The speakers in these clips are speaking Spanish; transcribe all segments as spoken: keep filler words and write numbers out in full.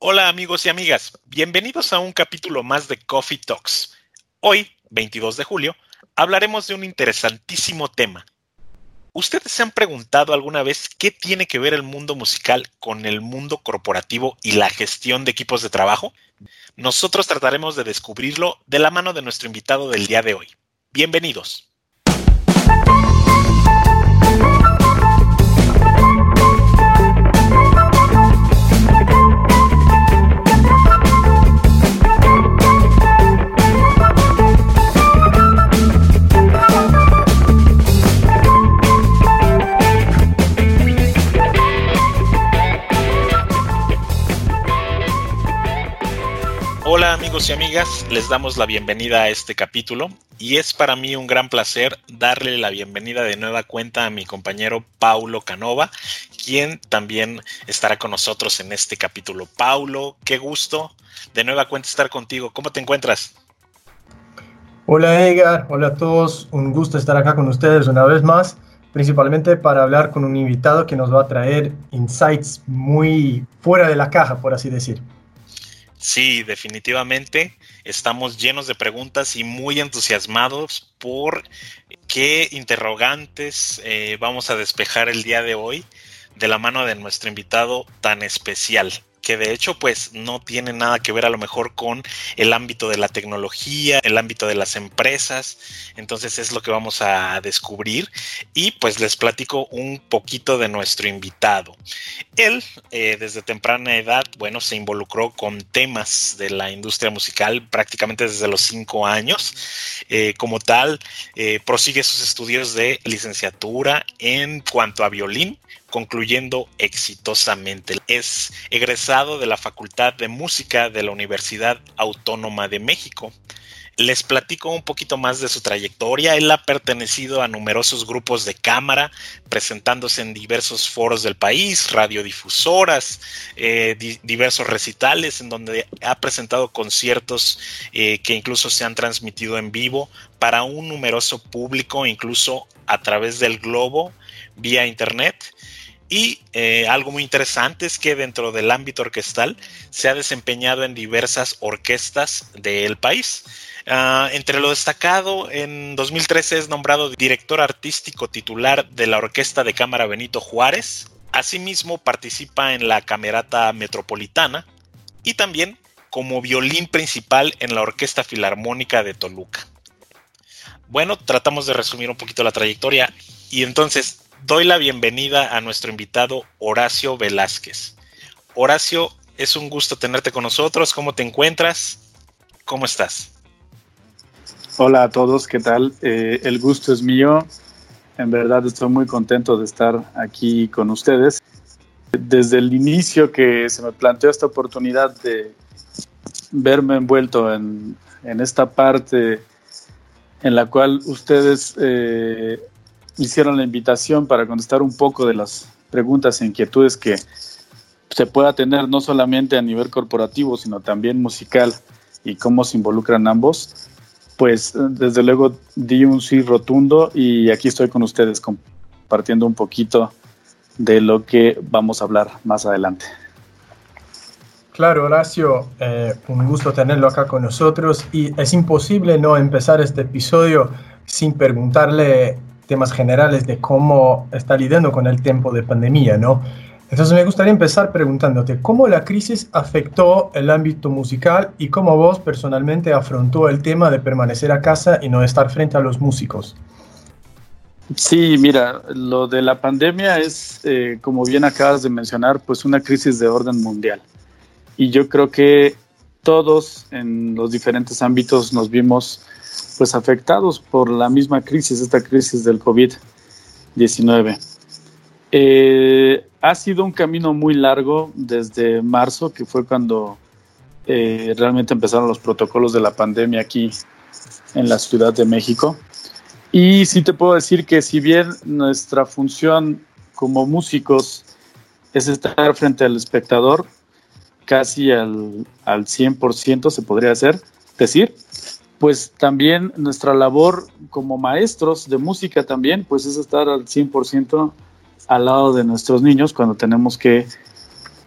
Hola amigos y amigas, bienvenidos a un capítulo más de Coffee Talks. Hoy, veintidós de julio, hablaremos de un interesantísimo tema. ¿Ustedes se han preguntado alguna vez qué tiene que ver el mundo musical con el mundo corporativo y la gestión de equipos de trabajo? Nosotros trataremos de descubrirlo de la mano de nuestro invitado del día de hoy. Bienvenidos. Hola amigos y amigas, les damos la bienvenida a este capítulo y es para mí un gran placer darle la bienvenida de nueva cuenta a mi compañero Paulo Canova, quien también estará con nosotros en este capítulo. Paulo, qué gusto de nueva cuenta estar contigo. ¿Cómo te encuentras? Hola Edgar, hola a todos, un gusto estar acá con ustedes una vez más, principalmente para hablar con un invitado que nos va a traer insights muy fuera de la caja, por así decir. Sí, definitivamente estamos llenos de preguntas y muy entusiasmados por qué interrogantes eh, vamos a despejar el día de hoy de la mano de nuestro invitado tan especial, que de hecho pues no tiene nada que ver a lo mejor con el ámbito de la tecnología, el ámbito de las empresas. Entonces es lo que vamos a descubrir y pues les platico un poquito de nuestro invitado. Él, eh, desde temprana edad, bueno, se involucró con temas de la industria musical prácticamente desde los cinco años. Eh, como tal, eh, prosigue sus estudios de licenciatura en cuanto a violín, concluyendo exitosamente. Es egresado de la Facultad de Música de la Universidad Autónoma de México. Les platico un poquito más de su trayectoria. Él ha pertenecido a numerosos grupos de cámara, presentándose en diversos foros del país, radiodifusoras, eh, di- diversos recitales, en donde ha presentado conciertos eh, que incluso se han transmitido en vivo para un numeroso público, incluso a través del globo, vía internet. Y eh, algo muy interesante es que dentro del ámbito orquestal se ha desempeñado en diversas orquestas del país. Uh, entre lo destacado, en dos mil trece es nombrado director artístico titular de la Orquesta de Cámara Benito Juárez. Asimismo, participa en la Camerata Metropolitana y también como violín principal en la Orquesta Filarmónica de Toluca. Bueno, tratamos de resumir un poquito la trayectoria y entonces doy la bienvenida a nuestro invitado Horacio Velázquez. Horacio, es un gusto tenerte con nosotros. ¿Cómo te encuentras? ¿Cómo estás? Hola a todos, ¿qué tal? Eh, el gusto es mío. En verdad estoy muy contento de estar aquí con ustedes. Desde el inicio que se me planteó esta oportunidad de verme envuelto en, en esta parte en la cual ustedes eh, hicieron la invitación para contestar un poco de las preguntas e inquietudes que se pueda tener no solamente a nivel corporativo, sino también musical y cómo se involucran ambos, pues desde luego di un sí rotundo y aquí estoy con ustedes compartiendo un poquito de lo que vamos a hablar más adelante. Claro, Horacio, eh, un gusto tenerlo acá con nosotros y es imposible no empezar este episodio sin preguntarle temas generales de cómo está lidiando con el tiempo de pandemia, ¿no? Entonces me gustaría empezar preguntándote cómo la crisis afectó el ámbito musical y cómo vos personalmente afrontó el tema de permanecer a casa y no estar frente a los músicos. Sí, mira, lo de la pandemia es, eh, como bien acabas de mencionar, pues una crisis de orden mundial. Y yo creo que todos en los diferentes ámbitos nos vimos pues afectados por la misma crisis, esta crisis del covid diecinueve. Eh, ha sido un camino muy largo desde marzo, que fue cuando eh, realmente empezaron los protocolos de la pandemia aquí en la Ciudad de México. Y sí te puedo decir que si bien nuestra función como músicos es estar frente al espectador, casi al, al cien por ciento se podría hacer, decir, pues también nuestra labor como maestros de música también, pues es estar al cien por ciento al lado de nuestros niños cuando tenemos que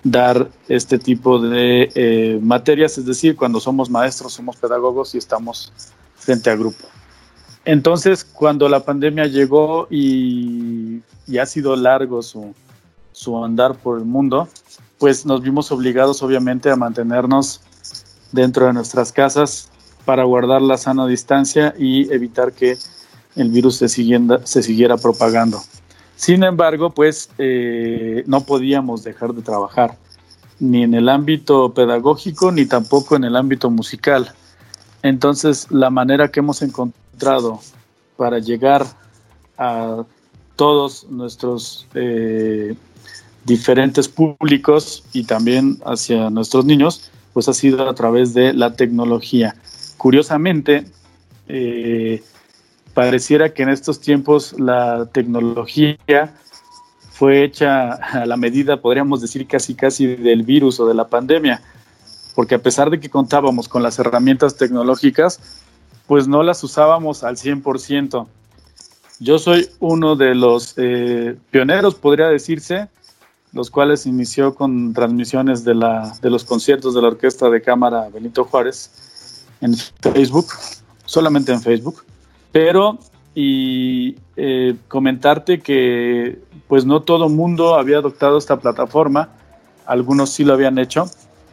dar este tipo de eh, materias, es decir, cuando somos maestros, somos pedagogos y estamos frente a grupo. Entonces, cuando la pandemia llegó y, y ha sido largo su, su andar por el mundo, pues nos vimos obligados obviamente a mantenernos dentro de nuestras casas para guardar la sana distancia y evitar que el virus se siguiera, se siguiera propagando. Sin embargo, pues eh, no podíamos dejar de trabajar, ni en el ámbito pedagógico, ni tampoco en el ámbito musical. Entonces, la manera que hemos encontrado para llegar a todos nuestros eh, diferentes públicos y también hacia nuestros niños, pues ha sido a través de la tecnología. Curiosamente, eh, pareciera que en estos tiempos la tecnología fue hecha a la medida, podríamos decir, casi casi del virus o de la pandemia, porque a pesar de que contábamos con las herramientas tecnológicas, pues no las usábamos al cien por ciento. Yo soy uno de los eh, pioneros, podría decirse, los cuales inició con transmisiones de, la, de los conciertos de la Orquesta de Cámara Benito Juárez en Facebook, solamente en Facebook, pero y eh, comentarte que pues no todo mundo había adoptado esta plataforma, algunos sí lo habían hecho,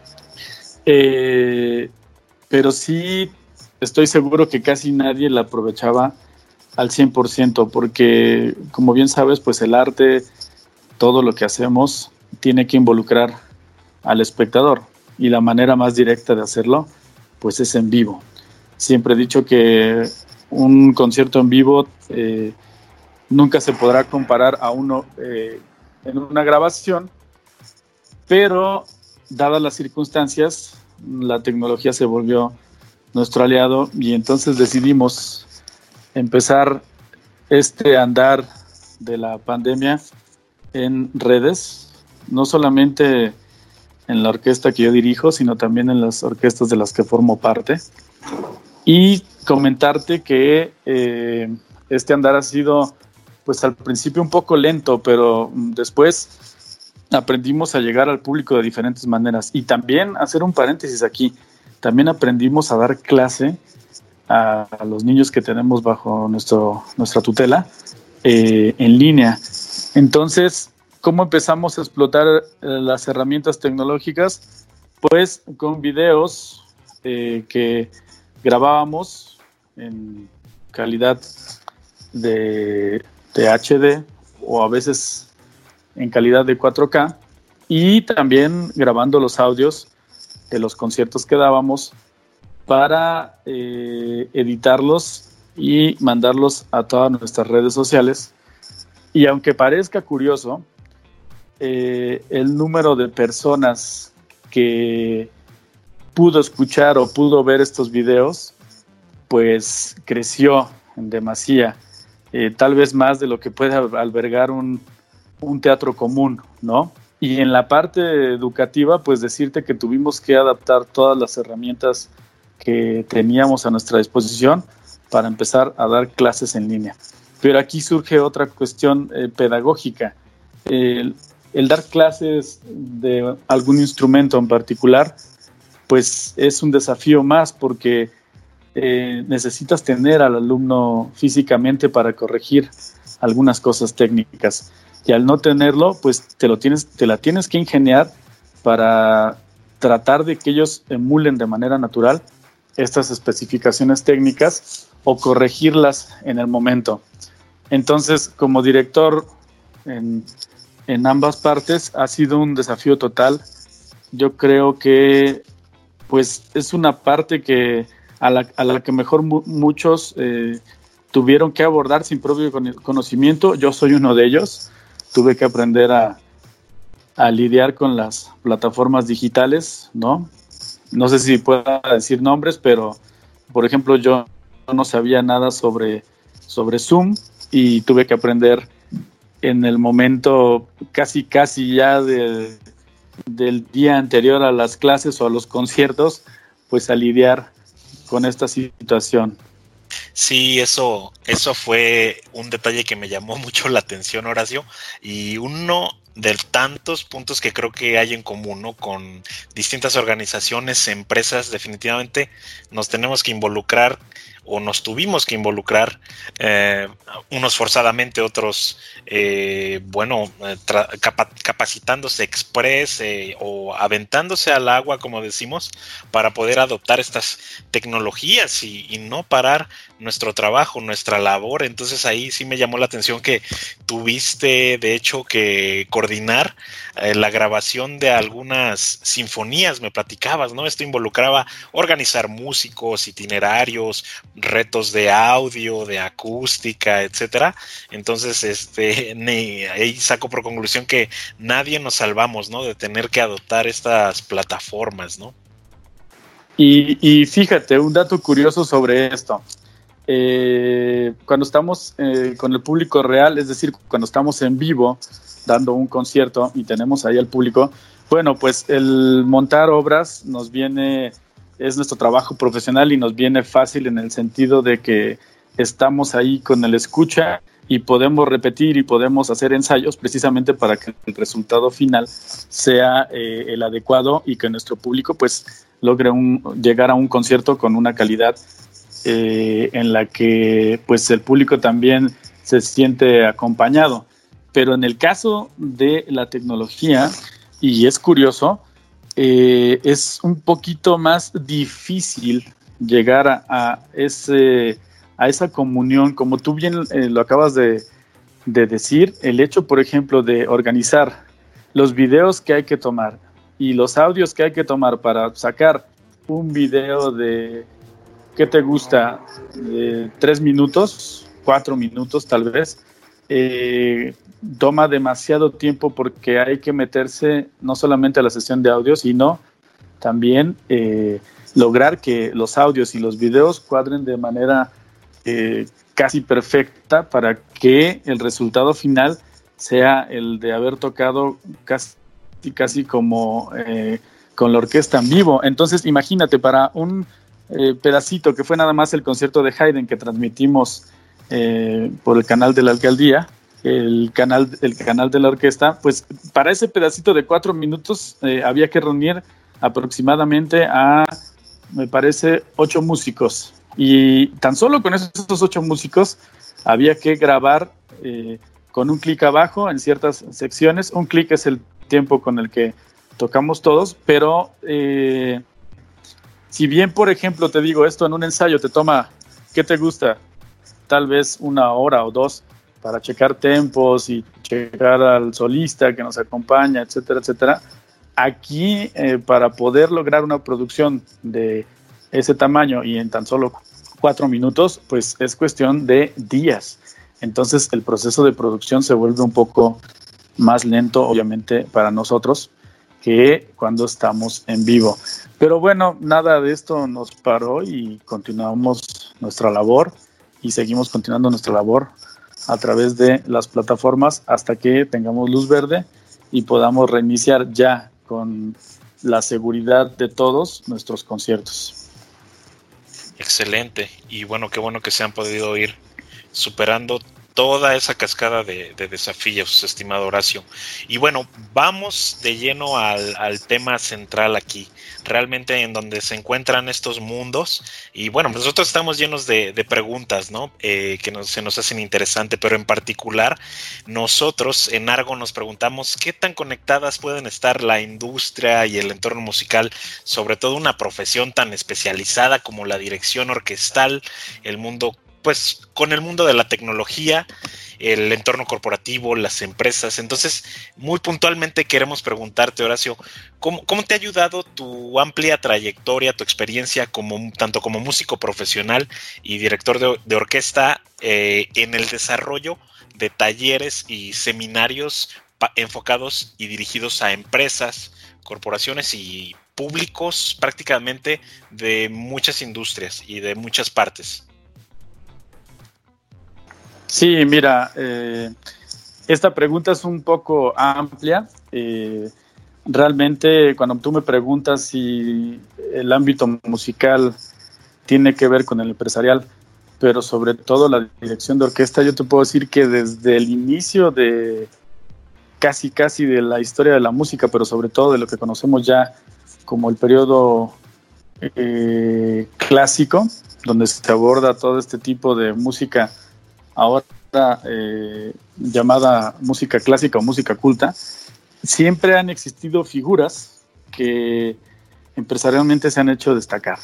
eh, pero sí estoy seguro que casi nadie la aprovechaba al cien por ciento, porque como bien sabes, pues el arte, todo lo que hacemos tiene que involucrar al espectador y la manera más directa de hacerlo pues es en vivo. Siempre he dicho que un concierto en vivo eh, nunca se podrá comparar a uno eh, en una grabación, pero dadas las circunstancias, la tecnología se volvió nuestro aliado y entonces decidimos empezar este andar de la pandemia en redes, no solamente en la orquesta que yo dirijo, sino también en las orquestas de las que formo parte. Y comentarte que eh, este andar ha sido, pues al principio un poco lento, pero después aprendimos a llegar al público de diferentes maneras. Y también, hacer un paréntesis aquí, también aprendimos a dar clase a, a los niños que tenemos bajo nuestro, nuestra tutela eh, en línea. Entonces, ¿cómo empezamos a explotar eh, las herramientas tecnológicas? Pues con videos eh, que grabábamos en calidad de, de H D o a veces en calidad de cuatro K y también grabando los audios de los conciertos que dábamos para eh, editarlos y mandarlos a todas nuestras redes sociales. Y aunque parezca curioso, eh, el número de personas que pudo escuchar o pudo ver estos videos, pues creció en demasía, eh, tal vez más de lo que puede albergar un, un teatro común, ¿no? Y en la parte educativa, pues decirte que tuvimos que adaptar todas las herramientas que teníamos a nuestra disposición para empezar a dar clases en línea. Pero aquí surge otra cuestión eh, pedagógica. El, el dar clases de algún instrumento en particular, pues es un desafío más porque eh, necesitas tener al alumno físicamente para corregir algunas cosas técnicas. Y al no tenerlo, pues te, lo tienes, te la tienes que ingeniar para tratar de que ellos emulen de manera natural estas especificaciones técnicas o corregirlas en el momento. Entonces, como director en, en ambas partes, ha sido un desafío total. Yo creo que pues es una parte que a la, a la que mejor mu- muchos eh, tuvieron que abordar sin propio conocimiento. Yo soy uno de ellos. Tuve que aprender a, a lidiar con las plataformas digitales, ¿no? No sé si pueda decir nombres, pero, por ejemplo, yo no sabía nada sobre, sobre Zoom y tuve que aprender en el momento casi, casi ya de, del día anterior a las clases o a los conciertos, pues a lidiar con esta situación. Sí, eso, eso fue un detalle que me llamó mucho la atención, Horacio. Y uno de tantos puntos que creo que hay en común, ¿no? Con distintas organizaciones, empresas. Definitivamente nos tenemos que involucrar, o nos tuvimos que involucrar, eh, unos forzadamente, otros, eh, bueno, tra- capa- capacitándose express, eh, o aventándose al agua, como decimos, para poder adoptar estas tecnologías y, y no parar nuestro trabajo, nuestra labor. Entonces ahí sí me llamó la atención que tuviste, de hecho, que coordinar eh, la grabación de algunas sinfonías, me platicabas, ¿no? Esto involucraba organizar músicos, itinerarios, retos de audio, de acústica, etcétera. Entonces, este, ne, ahí saco por conclusión que nadie nos salvamos, ¿no? De tener que adoptar estas plataformas, ¿no? Y, y fíjate, un dato curioso sobre esto. Eh, cuando estamos eh, con el público real, es decir, cuando estamos en vivo dando un concierto y tenemos ahí al público, bueno, pues el montar obras nos viene, es nuestro trabajo profesional y nos viene fácil en el sentido de que estamos ahí con el escucha y podemos repetir y podemos hacer ensayos precisamente para que el resultado final sea eh, el adecuado y que nuestro público pues logre un, llegar a un concierto con una calidad Eh, en la que pues el público también se siente acompañado. Pero en el caso de la tecnología, y es curioso, eh, es un poquito más difícil llegar a, a, ese, a esa comunión, como tú bien eh, lo acabas de, de decir, el hecho, por ejemplo, de organizar los videos que hay que tomar y los audios que hay que tomar para sacar un video de ¿qué te gusta? Eh, tres minutos, cuatro minutos tal vez. Eh, toma demasiado tiempo porque hay que meterse no solamente a la sesión de audio, sino también eh, lograr que los audios y los videos cuadren de manera eh, casi perfecta para que el resultado final sea el de haber tocado casi, casi como eh, con la orquesta en vivo. Entonces, imagínate, para un Eh, pedacito que fue nada más el concierto de Haydn que transmitimos eh, por el canal de la alcaldía, el canal, el canal de la orquesta, pues para ese pedacito de cuatro minutos eh, había que reunir aproximadamente a, me parece, ocho músicos, y tan solo con esos, esos ocho músicos había que grabar eh, con un clic abajo en ciertas secciones. Un clic es el tiempo con el que tocamos todos, pero eh, si bien, por ejemplo, te digo, esto en un ensayo te toma, ¿qué te gusta? Tal vez una hora o dos para checar tempos y checar al solista que nos acompaña, etcétera, etcétera. Aquí, eh, para poder lograr una producción de ese tamaño y en tan solo cuatro minutos, pues es cuestión de días. Entonces, el proceso de producción se vuelve un poco más lento, obviamente, para nosotros, que cuando estamos en vivo. Pero bueno, nada de esto nos paró y continuamos nuestra labor y seguimos continuando nuestra labor a través de las plataformas hasta que tengamos luz verde y podamos reiniciar ya con la seguridad de todos nuestros conciertos. Excelente. Y bueno, qué bueno que se han podido ir superando toda esa cascada de, de desafíos, estimado Horacio. Y bueno, vamos de lleno al, al tema central aquí, realmente en donde se encuentran estos mundos. Y bueno, nosotros estamos llenos de, de preguntas, ¿no? Eh, que nos, se nos hacen interesantes, pero en particular nosotros en Argo nos preguntamos qué tan conectadas pueden estar la industria y el entorno musical, sobre todo una profesión tan especializada como la dirección orquestal, el mundo pues con el mundo de la tecnología, el entorno corporativo, las empresas. Entonces, muy puntualmente queremos preguntarte, Horacio, ¿cómo, cómo te ha ayudado tu amplia trayectoria, tu experiencia como tanto como músico profesional y director de, de orquesta eh, en el desarrollo de talleres y seminarios pa- enfocados y dirigidos a empresas, corporaciones y públicos prácticamente de muchas industrias y de muchas partes? Sí, mira, eh, esta pregunta es un poco amplia. Eh, realmente, cuando tú me preguntas si el ámbito musical tiene que ver con el empresarial, pero sobre todo la dirección de orquesta, yo te puedo decir que desde el inicio de casi casi de la historia de la música, pero sobre todo de lo que conocemos ya como el periodo eh, clásico, donde se aborda todo este tipo de música ahora eh, llamada música clásica o música culta. Siempre han existido figuras que empresarialmente se han hecho destacar.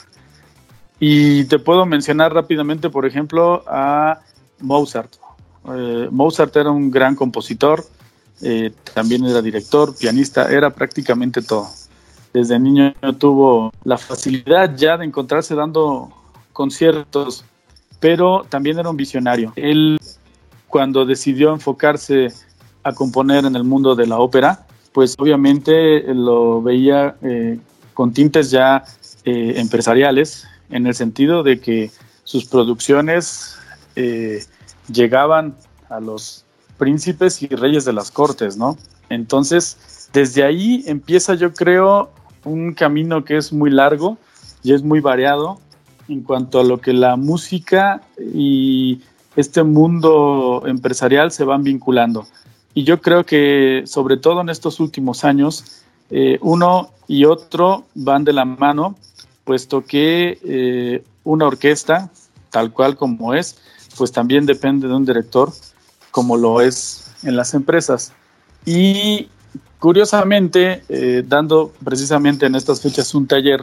Y te puedo mencionar rápidamente, por ejemplo, a Mozart. Eh, Mozart era un gran compositor, eh, también era director, pianista, era prácticamente todo. Desde niño tuvo la facilidad ya de encontrarse dando conciertos, pero también era un visionario. Él, cuando decidió enfocarse a componer en el mundo de la ópera, pues obviamente lo veía eh, con tintes ya eh, empresariales, en el sentido de que sus producciones eh, llegaban a los príncipes y reyes de las cortes, ¿no? Entonces, desde ahí empieza, yo creo, un camino que es muy largo y es muy variado en cuanto a lo que la música y este mundo empresarial se van vinculando. Y yo creo que, sobre todo en estos últimos años, eh, uno y otro van de la mano, puesto que eh, una orquesta, tal cual como es, pues también depende de un director, como lo es en las empresas. Y curiosamente, eh, dando precisamente en estas fechas un taller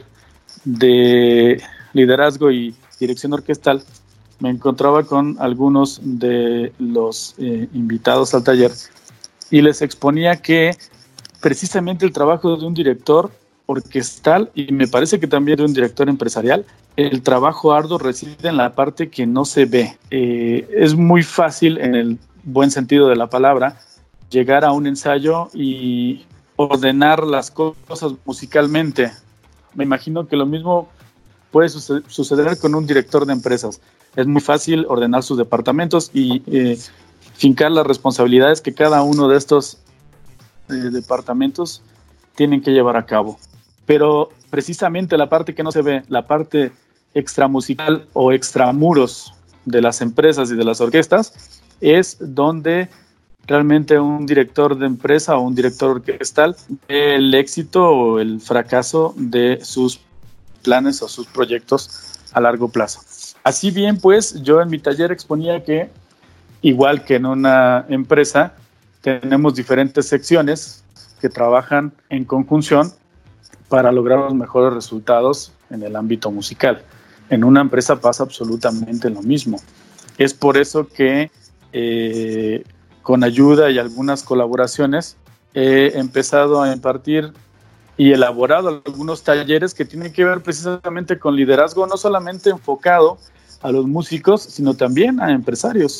de liderazgo y dirección orquestal, me encontraba con algunos de los eh, invitados al taller y les exponía que precisamente el trabajo de un director orquestal, y me parece que también de un director empresarial, el trabajo arduo reside en la parte que no se ve. Eh, es muy fácil, en el buen sentido de la palabra, llegar a un ensayo y ordenar las cosas musicalmente. Me imagino que lo mismo puede suceder con un director de empresas. Es muy fácil ordenar sus departamentos y eh, fincar las responsabilidades que cada uno de estos eh, departamentos tienen que llevar a cabo. Pero precisamente la parte que no se ve, la parte extramusical o extramuros de las empresas y de las orquestas, es donde realmente un director de empresa o un director orquestal ve el éxito o el fracaso de sus planes o sus proyectos a largo plazo. Así bien, pues, yo en mi taller exponía que, igual que en una empresa, tenemos diferentes secciones que trabajan en conjunción para lograr los mejores resultados en el ámbito musical. En una empresa pasa absolutamente lo mismo. Es por eso que eh, con ayuda y algunas colaboraciones he empezado a impartir y elaborado algunos talleres que tienen que ver precisamente con liderazgo, no solamente enfocado a los músicos, sino también a empresarios.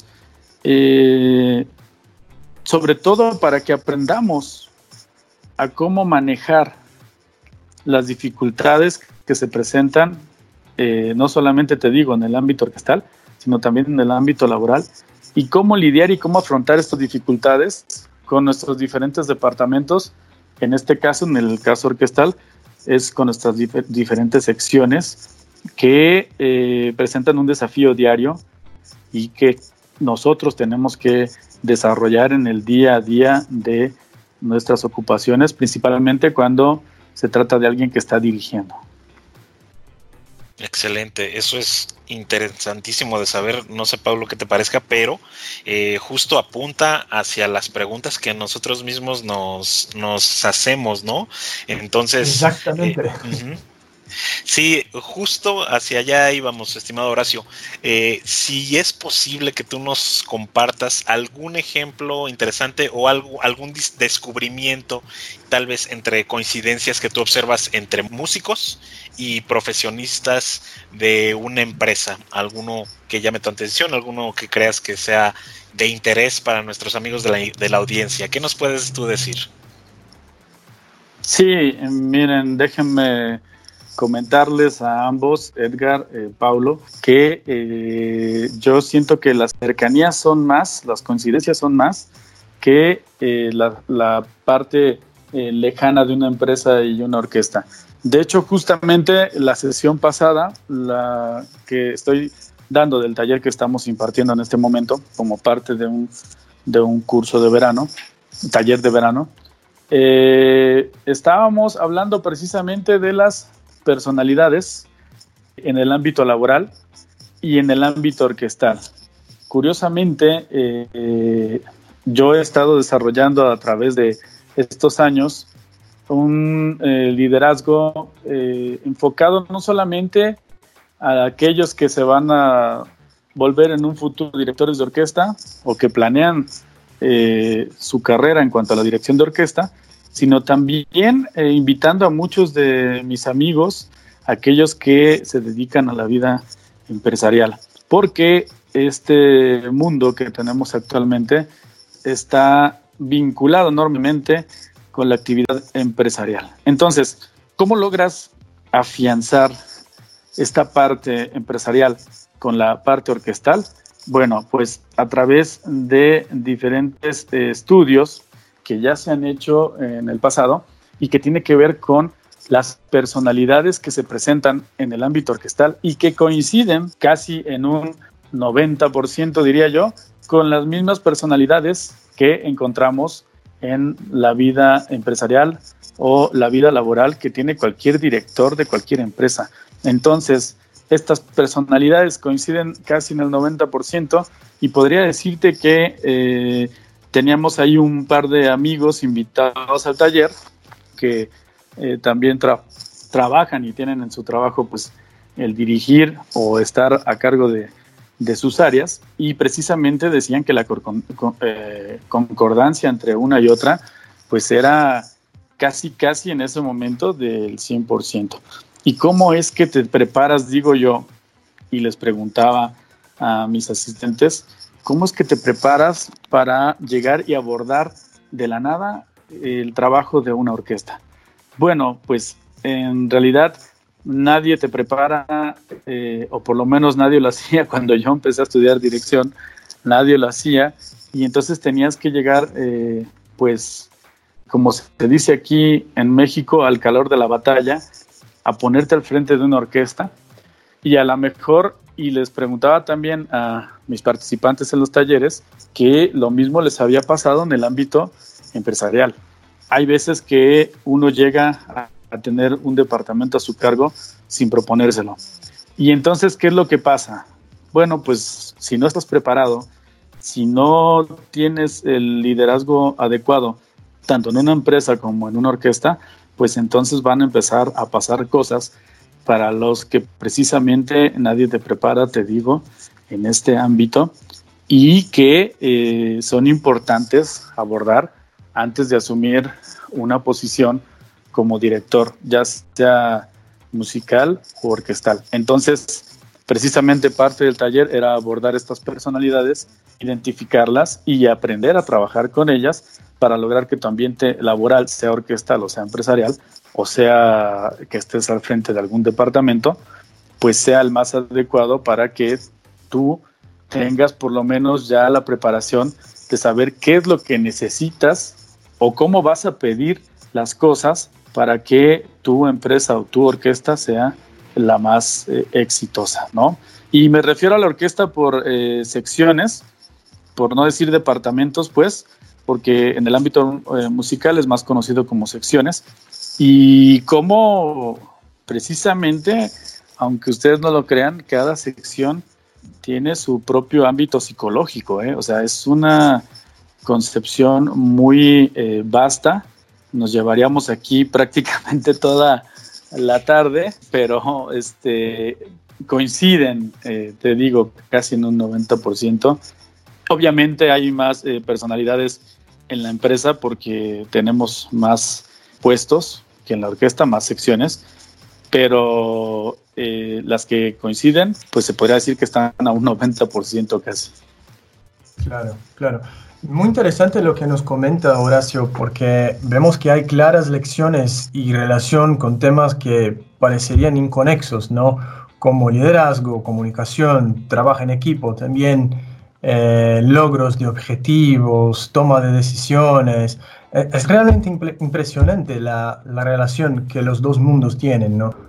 Eh, sobre todo para que aprendamos a cómo manejar las dificultades que se presentan, eh, no solamente te digo en el ámbito orquestal, sino también en el ámbito laboral, y cómo lidiar y cómo afrontar estas dificultades con nuestros diferentes departamentos. En este caso, en el caso orquestal, es con nuestras dif- diferentes secciones que eh, presentan un desafío diario y que nosotros tenemos que desarrollar en el día a día de nuestras ocupaciones, principalmente cuando se trata de alguien que está dirigiendo. Excelente, eso es interesantísimo de saber. No sé, Pablo, qué te parezca, pero eh, justo apunta hacia las preguntas que nosotros mismos nos, nos hacemos, ¿no? Entonces, exactamente. Eh, uh-huh. Sí, justo hacia allá íbamos, estimado Horacio. Eh, si es posible que tú nos compartas algún ejemplo interesante o algo, algún dis- descubrimiento, tal vez entre coincidencias que tú observas entre músicos y profesionistas de una empresa, alguno que llame tu atención, alguno que creas que sea de interés para nuestros amigos de la, de la audiencia. ¿Qué nos puedes tú decir? Sí, miren, déjenme comentarles a ambos, Edgar, eh, Paulo, que eh, yo siento que las cercanías son más, las coincidencias son más que eh, la, la parte eh, lejana de una empresa y una orquesta. De hecho, justamente la sesión pasada, la que estoy dando del taller que estamos impartiendo en este momento, como parte de un, de un curso de verano, taller de verano, eh, estábamos hablando precisamente de las personalidades en el ámbito laboral y en el ámbito orquestal. Curiosamente, eh, eh, yo he estado desarrollando a través de estos años un eh, liderazgo eh, enfocado no solamente a aquellos que se van a volver en un futuro directores de orquesta o que planean eh, su carrera en cuanto a la dirección de orquesta, sino también eh, invitando a muchos de mis amigos, aquellos que se dedican a la vida empresarial, porque este mundo que tenemos actualmente está vinculado enormemente con la actividad empresarial. Entonces, ¿cómo logras afianzar esta parte empresarial con la parte orquestal? Bueno, pues a través de diferentes eh, estudios que ya se han hecho en el pasado y que tiene que ver con las personalidades que se presentan en el ámbito orquestal y que coinciden casi en un noventa por ciento, diría yo, con las mismas personalidades que encontramos en la vida empresarial o la vida laboral que tiene cualquier director de cualquier empresa. Entonces, estas personalidades coinciden casi en el noventa por ciento y podría decirte que eh, teníamos ahí un par de amigos invitados al taller que eh, también tra- trabajan y tienen en su trabajo pues el dirigir o estar a cargo de, de sus áreas, y precisamente decían que la cor- con, eh, concordancia entre una y otra pues era casi casi en ese momento del cien por ciento. ¿Y cómo es que te preparas, digo yo, y les preguntaba a mis asistentes, cómo es que te preparas para llegar y abordar de la nada el trabajo de una orquesta? Bueno, pues en realidad nadie te prepara, eh, o por lo menos nadie lo hacía cuando yo empecé a estudiar dirección, nadie lo hacía, y entonces tenías que llegar, eh, pues, como se dice aquí en México, al calor de la batalla, a ponerte al frente de una orquesta, y a lo mejor, y les preguntaba también a mis participantes en los talleres, que lo mismo les había pasado en el ámbito empresarial. Hay veces que uno llega a, a tener un departamento a su cargo sin proponérselo. Y entonces, ¿qué es lo que pasa? Bueno, pues si no estás preparado, si no tienes el liderazgo adecuado, tanto en una empresa como en una orquesta, pues entonces van a empezar a pasar cosas para los que precisamente nadie te prepara, te digo, en este ámbito, y que eh, son importantes abordar antes de asumir una posición como director, ya sea musical o orquestal. Entonces, precisamente parte del taller era abordar estas personalidades, identificarlas y aprender a trabajar con ellas para lograr que tu ambiente laboral, sea orquestal o sea empresarial, o sea que estés al frente de algún departamento, pues sea el más adecuado para que tú tengas por lo menos ya la preparación de saber qué es lo que necesitas o cómo vas a pedir las cosas para que tu empresa o tu orquesta sea la más eh, exitosa, ¿no? Y me refiero a la orquesta por eh, secciones, por no decir departamentos, pues, porque en el ámbito eh, musical es más conocido como secciones, y como precisamente, aunque ustedes no lo crean, cada sección tiene su propio ámbito psicológico, ¿eh? O sea, es una concepción muy eh, vasta. Nos llevaríamos aquí prácticamente toda la tarde, pero este, coinciden, eh, te digo, casi en un noventa por ciento. Obviamente hay más eh, personalidades en la empresa porque tenemos más puestos que en la orquesta, más secciones, pero eh, las que coinciden, pues se podría decir que están a un noventa por ciento casi. Claro, claro. Muy interesante lo que nos comenta Horacio, porque vemos que hay claras lecciones y relación con temas que parecerían inconexos, ¿no? Como liderazgo, comunicación, trabajo en equipo, también eh, logros de objetivos, toma de decisiones. Eh, es realmente impre- impresionante la, la relación que los dos mundos tienen, ¿no?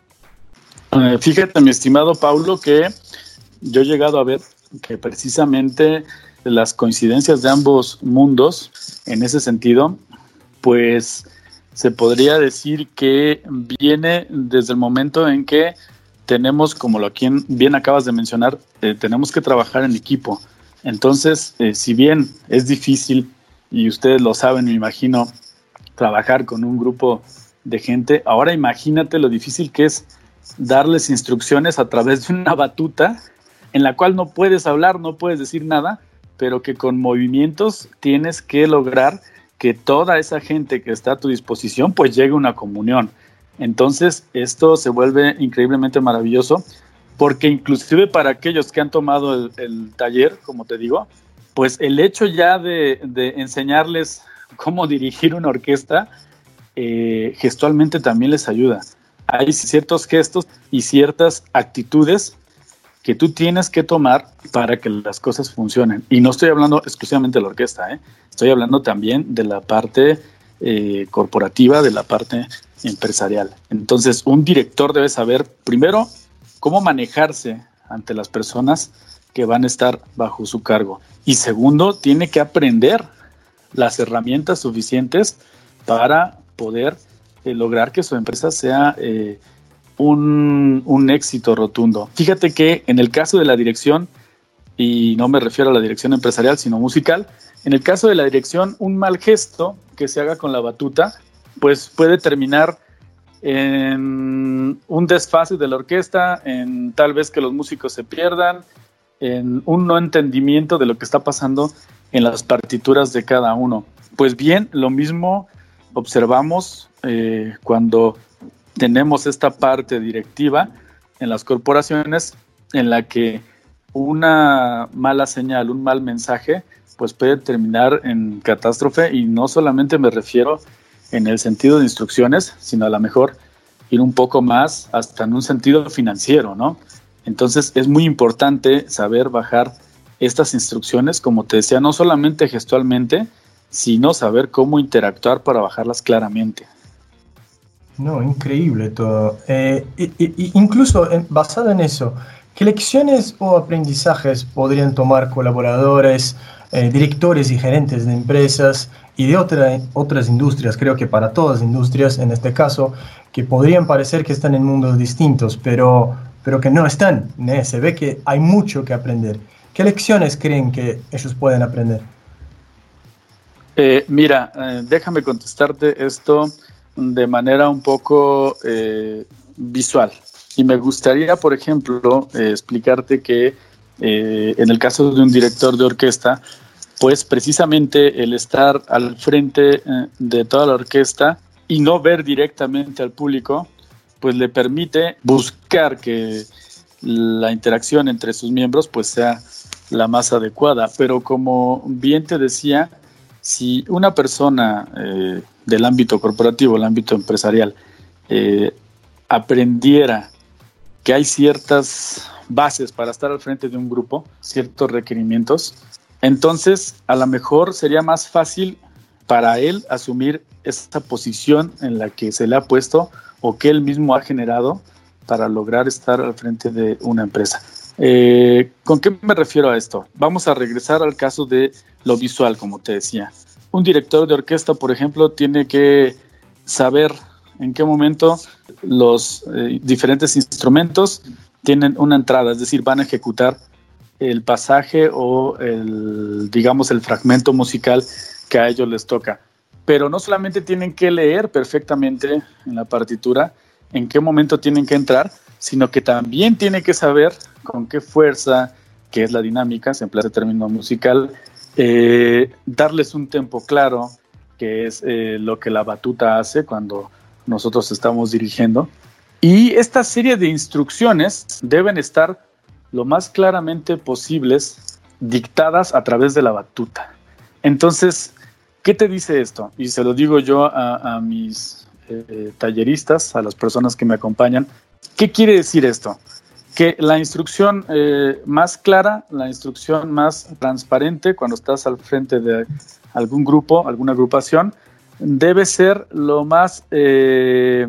Eh, fíjate, mi estimado Paulo, que yo he llegado a ver que precisamente las coincidencias de ambos mundos, en ese sentido, pues se podría decir que viene desde el momento en que tenemos, como lo que bien acabas de mencionar, eh, tenemos que trabajar en equipo. Entonces, eh, si bien es difícil, y ustedes lo saben, me imagino, trabajar con un grupo de gente, ahora imagínate lo difícil que es darles instrucciones a través de una batuta en la cual no puedes hablar, no puedes decir nada, pero que con movimientos tienes que lograr que toda esa gente que está a tu disposición pues llegue a una comunión. Entonces esto se vuelve increíblemente maravilloso, porque inclusive para aquellos que han tomado el, el taller, como te digo, pues el hecho ya de, de enseñarles cómo dirigir una orquesta, eh, gestualmente también les ayuda. Hay ciertos gestos y ciertas actitudes que tú tienes que tomar para que las cosas funcionen. Y no estoy hablando exclusivamente de la orquesta, ¿eh? Estoy hablando también de la parte eh, corporativa, de la parte empresarial. Entonces, un director debe saber, primero, cómo manejarse ante las personas que van a estar bajo su cargo. Y segundo, tiene que aprender las herramientas suficientes para poder eh, lograr que su empresa sea eh, un, un éxito rotundo. Fíjate que en el caso de la dirección, y no me refiero a la dirección empresarial, sino musical, en el caso de la dirección, un mal gesto que se haga con la batuta, pues puede terminar en un desfase de la orquesta, en tal vez que los músicos se pierdan, en un no entendimiento de lo que está pasando en las partituras de cada uno. Pues bien, lo mismo observamos eh, cuando tenemos esta parte directiva en las corporaciones, en la que una mala señal, un mal mensaje, pues puede terminar en catástrofe, y no solamente me refiero en el sentido de instrucciones, sino a lo mejor ir un poco más hasta en un sentido financiero, ¿no? Entonces es muy importante saber bajar estas instrucciones, como te decía, no solamente gestualmente, sino saber cómo interactuar para bajarlas claramente. No, increíble todo. Eh, y, y, incluso en, basado en eso, ¿qué lecciones o aprendizajes podrían tomar colaboradores, eh, directores y gerentes de empresas y de otra, otras industrias? Creo que para todas las industrias, en este caso, que podrían parecer que están en mundos distintos, pero, pero que no están, ¿eh? Se ve que hay mucho que aprender. ¿Qué lecciones creen que ellos pueden aprender? Eh, mira, eh, déjame contestarte esto de manera un poco eh, visual. Y me gustaría, por ejemplo, eh, explicarte que eh, en el caso de un director de orquesta, pues precisamente el estar al frente eh, de toda la orquesta y no ver directamente al público, pues le permite buscar que la interacción entre sus miembros pues sea la más adecuada. Pero como bien te decía, si una persona eh, del ámbito corporativo, el ámbito empresarial, eh, aprendiera que hay ciertas bases para estar al frente de un grupo, ciertos requerimientos, entonces a lo mejor sería más fácil para él asumir esta posición en la que se le ha puesto o que él mismo ha generado para lograr estar al frente de una empresa. Eh, ¿Con qué me refiero a esto? Vamos a regresar al caso de lo visual, como te decía. Un director de orquesta, por ejemplo, tiene que saber en qué momento los eh, diferentes instrumentos tienen una entrada, es decir, van a ejecutar el pasaje o el, digamos, el fragmento musical que a ellos les toca. Pero no solamente tienen que leer perfectamente en la partitura en qué momento tienen que entrar, sino que también tienen que saber con qué fuerza, que es la dinámica, se emplea el término musical, eh, darles un tempo claro, que es eh, lo que la batuta hace cuando nosotros estamos dirigiendo. Y esta serie de instrucciones deben estar lo más claramente posibles dictadas a través de la batuta. Entonces, ¿qué te dice esto? Y se lo digo yo a, a mis eh, talleristas, a las personas que me acompañan. ¿Qué quiere decir esto? Que la instrucción eh, más clara, la instrucción más transparente cuando estás al frente de algún grupo, alguna agrupación, debe ser lo más, eh,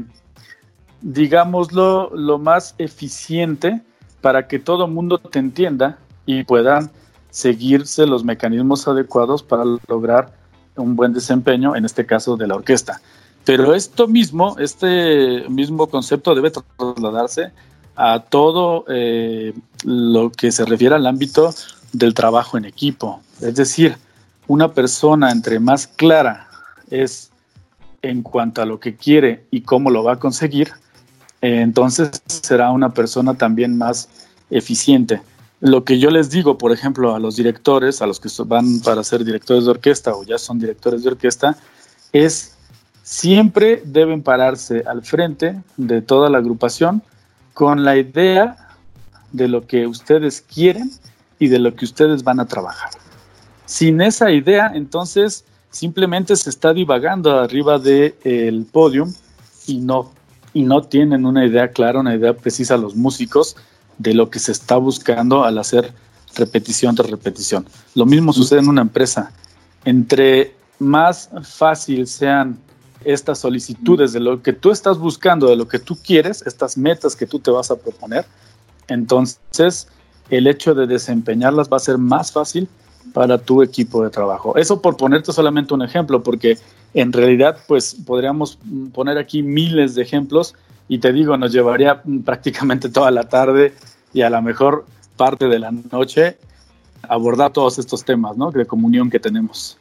digámoslo, lo más eficiente para que todo el mundo te entienda y puedan seguirse los mecanismos adecuados para lograr un buen desempeño, en este caso de la orquesta. Pero esto mismo, este mismo concepto debe trasladarse a todo eh, lo que se refiere al ámbito del trabajo en equipo. Es decir, una persona entre más clara es en cuanto a lo que quiere y cómo lo va a conseguir, eh, entonces será una persona también más eficiente. Lo que yo les digo, por ejemplo, a los directores, a los que van para ser directores de orquesta o ya son directores de orquesta, es siempre deben pararse al frente de toda la agrupación con la idea de lo que ustedes quieren y de lo que ustedes van a trabajar. Sin esa idea, entonces, simplemente se está divagando arriba del podium y no, y no tienen una idea clara, una idea precisa los músicos de lo que se está buscando al hacer repetición tras repetición. Lo mismo sucede en una empresa. Entre más fácil sean estas solicitudes de lo que tú estás buscando, de lo que tú quieres, estas metas que tú te vas a proponer, entonces el hecho de desempeñarlas va a ser más fácil para tu equipo de trabajo. Eso por ponerte solamente un ejemplo, porque en realidad pues podríamos poner aquí miles de ejemplos y te digo, nos llevaría prácticamente toda la tarde y a lo mejor parte de la noche abordar todos estos temas, ¿no?, de comunión que tenemos.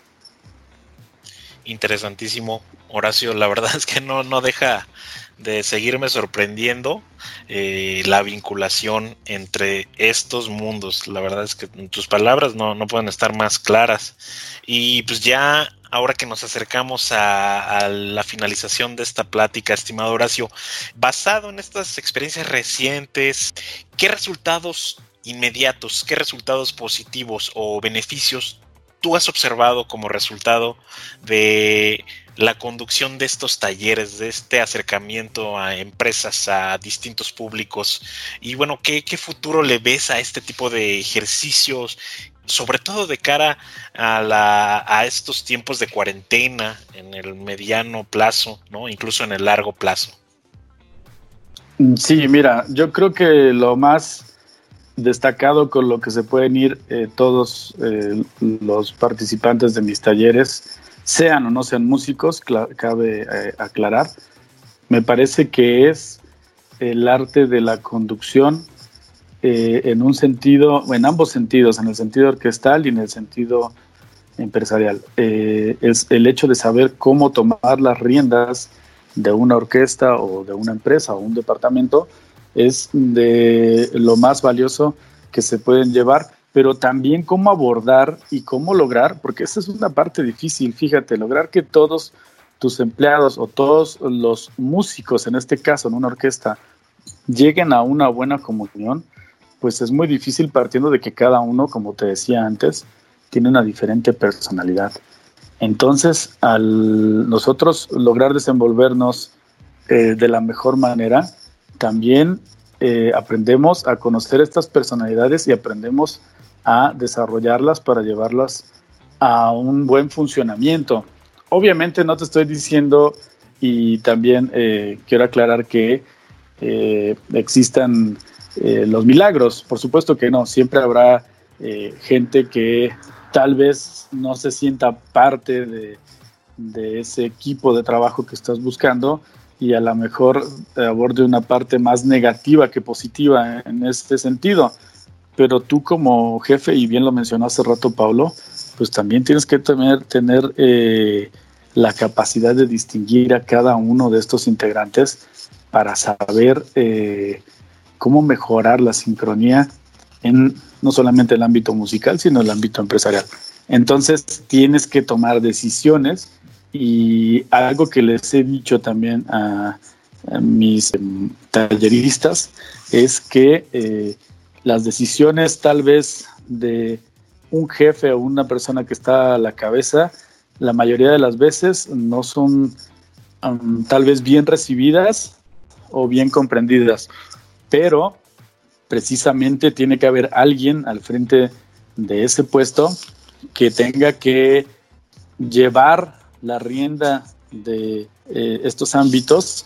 Interesantísimo, Horacio. La verdad es que no, no deja de seguirme sorprendiendo eh, la vinculación entre estos mundos. La verdad es que tus palabras no, no pueden estar más claras. Y pues ya ahora que nos acercamos a, a la finalización de esta plática, estimado Horacio, basado en estas experiencias recientes, ¿qué resultados inmediatos, qué resultados positivos o beneficios tú has observado como resultado de la conducción de estos talleres, de este acercamiento a empresas, a distintos públicos? Y bueno, ¿qué, qué futuro le ves a este tipo de ejercicios, sobre todo de cara a, la, a estos tiempos de cuarentena, en el mediano plazo, ¿no?, incluso en el largo plazo? Sí, mira, yo creo que lo más destacado con lo que se pueden ir eh, todos eh, los participantes de mis talleres, sean o no sean músicos, cl- cabe eh, aclarar, me parece que es el arte de la conducción eh, en un sentido, en ambos sentidos, en el sentido orquestal y en el sentido empresarial. Eh, es el hecho de saber cómo tomar las riendas de una orquesta o de una empresa o un departamento es de lo más valioso que se pueden llevar, pero también cómo abordar y cómo lograr, porque esa es una parte difícil, fíjate, lograr que todos tus empleados o todos los músicos, en este caso en una orquesta, lleguen a una buena comunión, pues es muy difícil partiendo de que cada uno, como te decía antes, tiene una diferente personalidad. Entonces, al nosotros lograr desenvolvernos eh, de la mejor manera, también eh, aprendemos a conocer estas personalidades y aprendemos a desarrollarlas para llevarlas a un buen funcionamiento. Obviamente no te estoy diciendo, y también eh, quiero aclarar que eh, existan eh, los milagros. Por supuesto que no, siempre habrá eh, gente que tal vez no se sienta parte de, de ese equipo de trabajo que estás buscando, y a lo mejor aborde una parte más negativa que positiva en este sentido. Pero tú como jefe, y bien lo mencionó hace rato Paulo, pues también tienes que tener, tener eh, la capacidad de distinguir a cada uno de estos integrantes para saber eh, cómo mejorar la sincronía en no solamente el ámbito musical, sino el ámbito empresarial. Entonces tienes que tomar decisiones. Y algo que les he dicho también a, a mis um, talleristas es que eh, las decisiones tal vez de un jefe o una persona que está a la cabeza, la mayoría de las veces no son um, tal vez bien recibidas o bien comprendidas, pero precisamente tiene que haber alguien al frente de ese puesto que tenga que llevar la rienda de eh, estos ámbitos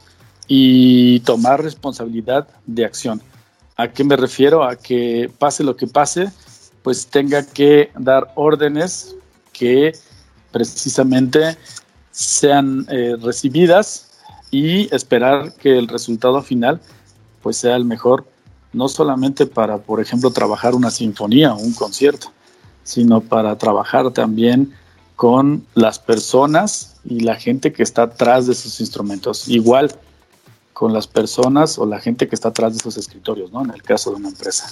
y tomar responsabilidad de acción. ¿A qué me refiero? A que pase lo que pase, pues tenga que dar órdenes que precisamente sean eh, recibidas y esperar que el resultado final pues sea el mejor, no solamente para, por ejemplo, trabajar una sinfonía o un concierto, sino para trabajar también con las personas y la gente que está atrás de esos instrumentos, igual con las personas o la gente que está atrás de esos escritorios, ¿no? En el caso de una empresa.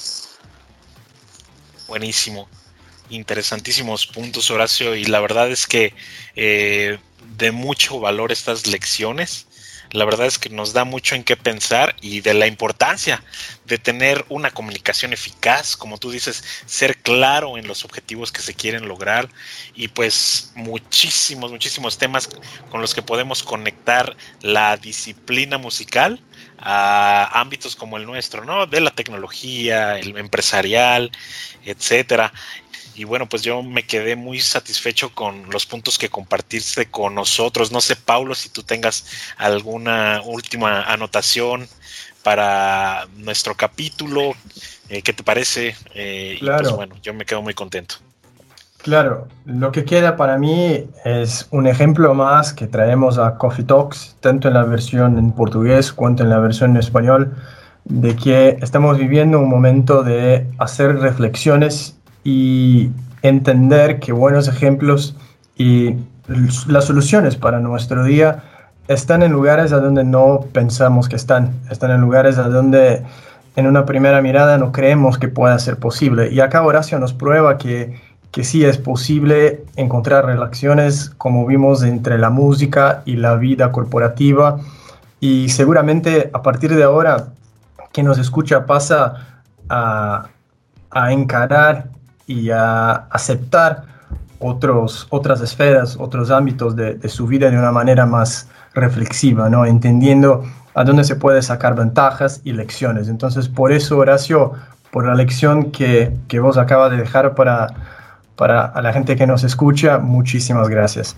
Buenísimo, interesantísimos puntos, Horacio, y la verdad es que eh, de mucho valor estas lecciones. La verdad es que nos da mucho en qué pensar y de la importancia de tener una comunicación eficaz, como tú dices, ser claro en los objetivos que se quieren lograr y pues muchísimos, muchísimos temas con los que podemos conectar la disciplina musical a ámbitos como el nuestro, ¿no? De la tecnología, el empresarial, etcétera. Y bueno, pues yo me quedé muy satisfecho con los puntos que compartiste con nosotros. No sé, Paulo, si tú tengas alguna última anotación para nuestro capítulo, eh, ¿qué te parece? Eh, Claro. Y pues bueno, yo me quedo muy contento. Claro, lo que queda para mí es un ejemplo más que traemos a Coffee Talks, tanto en la versión en portugués cuanto en la versión en español, de que estamos viviendo un momento de hacer reflexiones y entender que buenos ejemplos y las soluciones para nuestro día están en lugares a donde no pensamos que están, están en lugares a donde en una primera mirada no creemos que pueda ser posible. Y acá Horacio nos prueba que, que sí es posible encontrar relaciones, como vimos, entre la música y la vida corporativa. Y seguramente a partir de ahora, quien nos escucha pasa a, a encarar y a aceptar otros, otras esferas, otros ámbitos de, de su vida de una manera más reflexiva, ¿no? Entendiendo a dónde se puede sacar ventajas y lecciones. Entonces, por eso, Horacio, por la lección que, que vos acabas de dejar para, para a la gente que nos escucha, muchísimas gracias.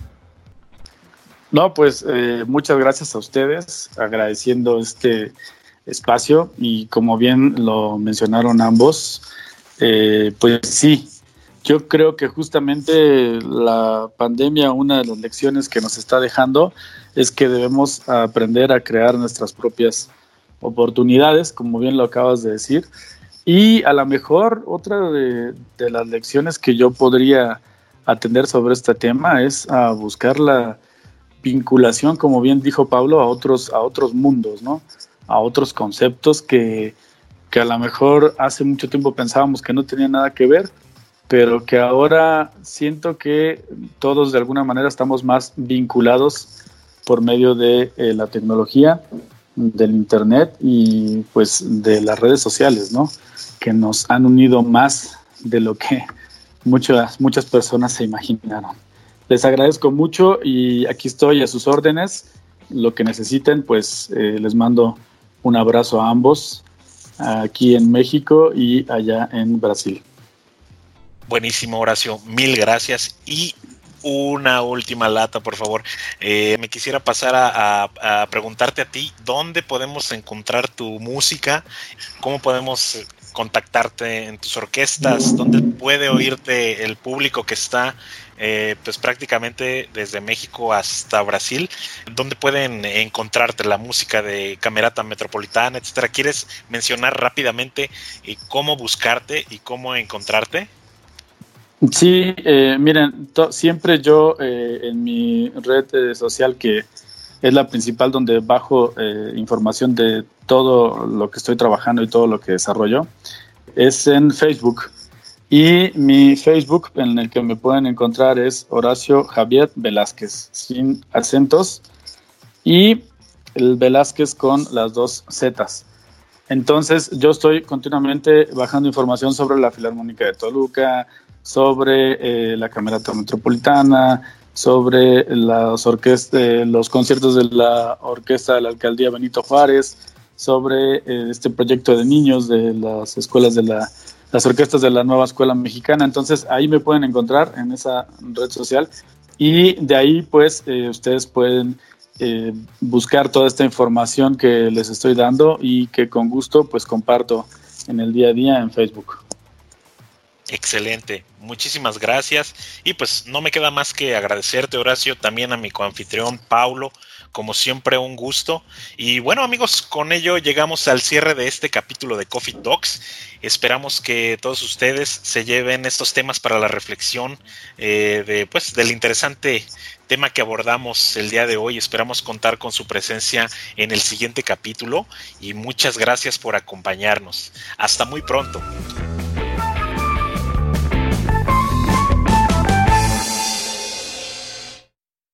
No, pues eh, muchas gracias a ustedes, agradeciendo este espacio y como bien lo mencionaron ambos, eh, pues sí, yo creo que justamente la pandemia, una de las lecciones que nos está dejando es que debemos aprender a crear nuestras propias oportunidades, como bien lo acabas de decir, y a lo mejor otra de, de las lecciones que yo podría atender sobre este tema es a buscar la vinculación, como bien dijo Pablo, a otros, a otros mundos, ¿no? A otros conceptos que, que a lo mejor hace mucho tiempo pensábamos que no tenían nada que ver, pero que ahora siento que todos de alguna manera estamos más vinculados por medio de eh, la tecnología, del internet y pues de las redes sociales, ¿no? Que nos han unido más de lo que muchas, muchas personas se imaginaron. Les agradezco mucho y aquí estoy a sus órdenes. Lo que necesiten, pues eh, les mando un abrazo a ambos, aquí en México y allá en Brasil. Buenísimo, Horacio, mil gracias. Y una última lata, por favor. Eh, me quisiera pasar a, a, a preguntarte a ti, ¿dónde podemos encontrar tu música? ¿Cómo podemos contactarte en tus orquestas? ¿Dónde puede oírte el público que está eh, pues prácticamente desde México hasta Brasil? ¿Dónde pueden encontrarte la música de Camerata Metropolitana, etcétera? ¿Quieres mencionar rápidamente eh, cómo buscarte y cómo encontrarte? Sí, eh, miren, to- siempre yo eh, en mi red eh, social, que es la principal donde bajo eh, información de todo lo que estoy trabajando y todo lo que desarrollo, es en Facebook. Y mi Facebook en el que me pueden encontrar es Horacio Javier Velázquez, sin acentos, y el Velázquez con las dos zetas. Entonces yo estoy continuamente bajando información sobre la Filarmónica de Toluca, sobre eh, la Camerata Metropolitana, sobre las orquest- eh, los conciertos de la Orquesta de la Alcaldía Benito Juárez, sobre eh, este proyecto de niños de las escuelas de la, las orquestas de la Nueva Escuela Mexicana. Entonces ahí me pueden encontrar en esa red social y de ahí pues eh, ustedes pueden eh, buscar toda esta información que les estoy dando y que con gusto pues comparto en el día a día en Facebook. Excelente, muchísimas gracias. Y pues no me queda más que agradecerte, Horacio, también a mi coanfitrión Paulo, como siempre un gusto. Y bueno, amigos, con ello llegamos al cierre de este capítulo de Coffee Talks. Esperamos que todos ustedes se lleven estos temas para la reflexión eh, de, pues, del interesante tema que abordamos el día de hoy. Esperamos contar con su presencia en el siguiente capítulo y muchas gracias por acompañarnos. Hasta muy pronto.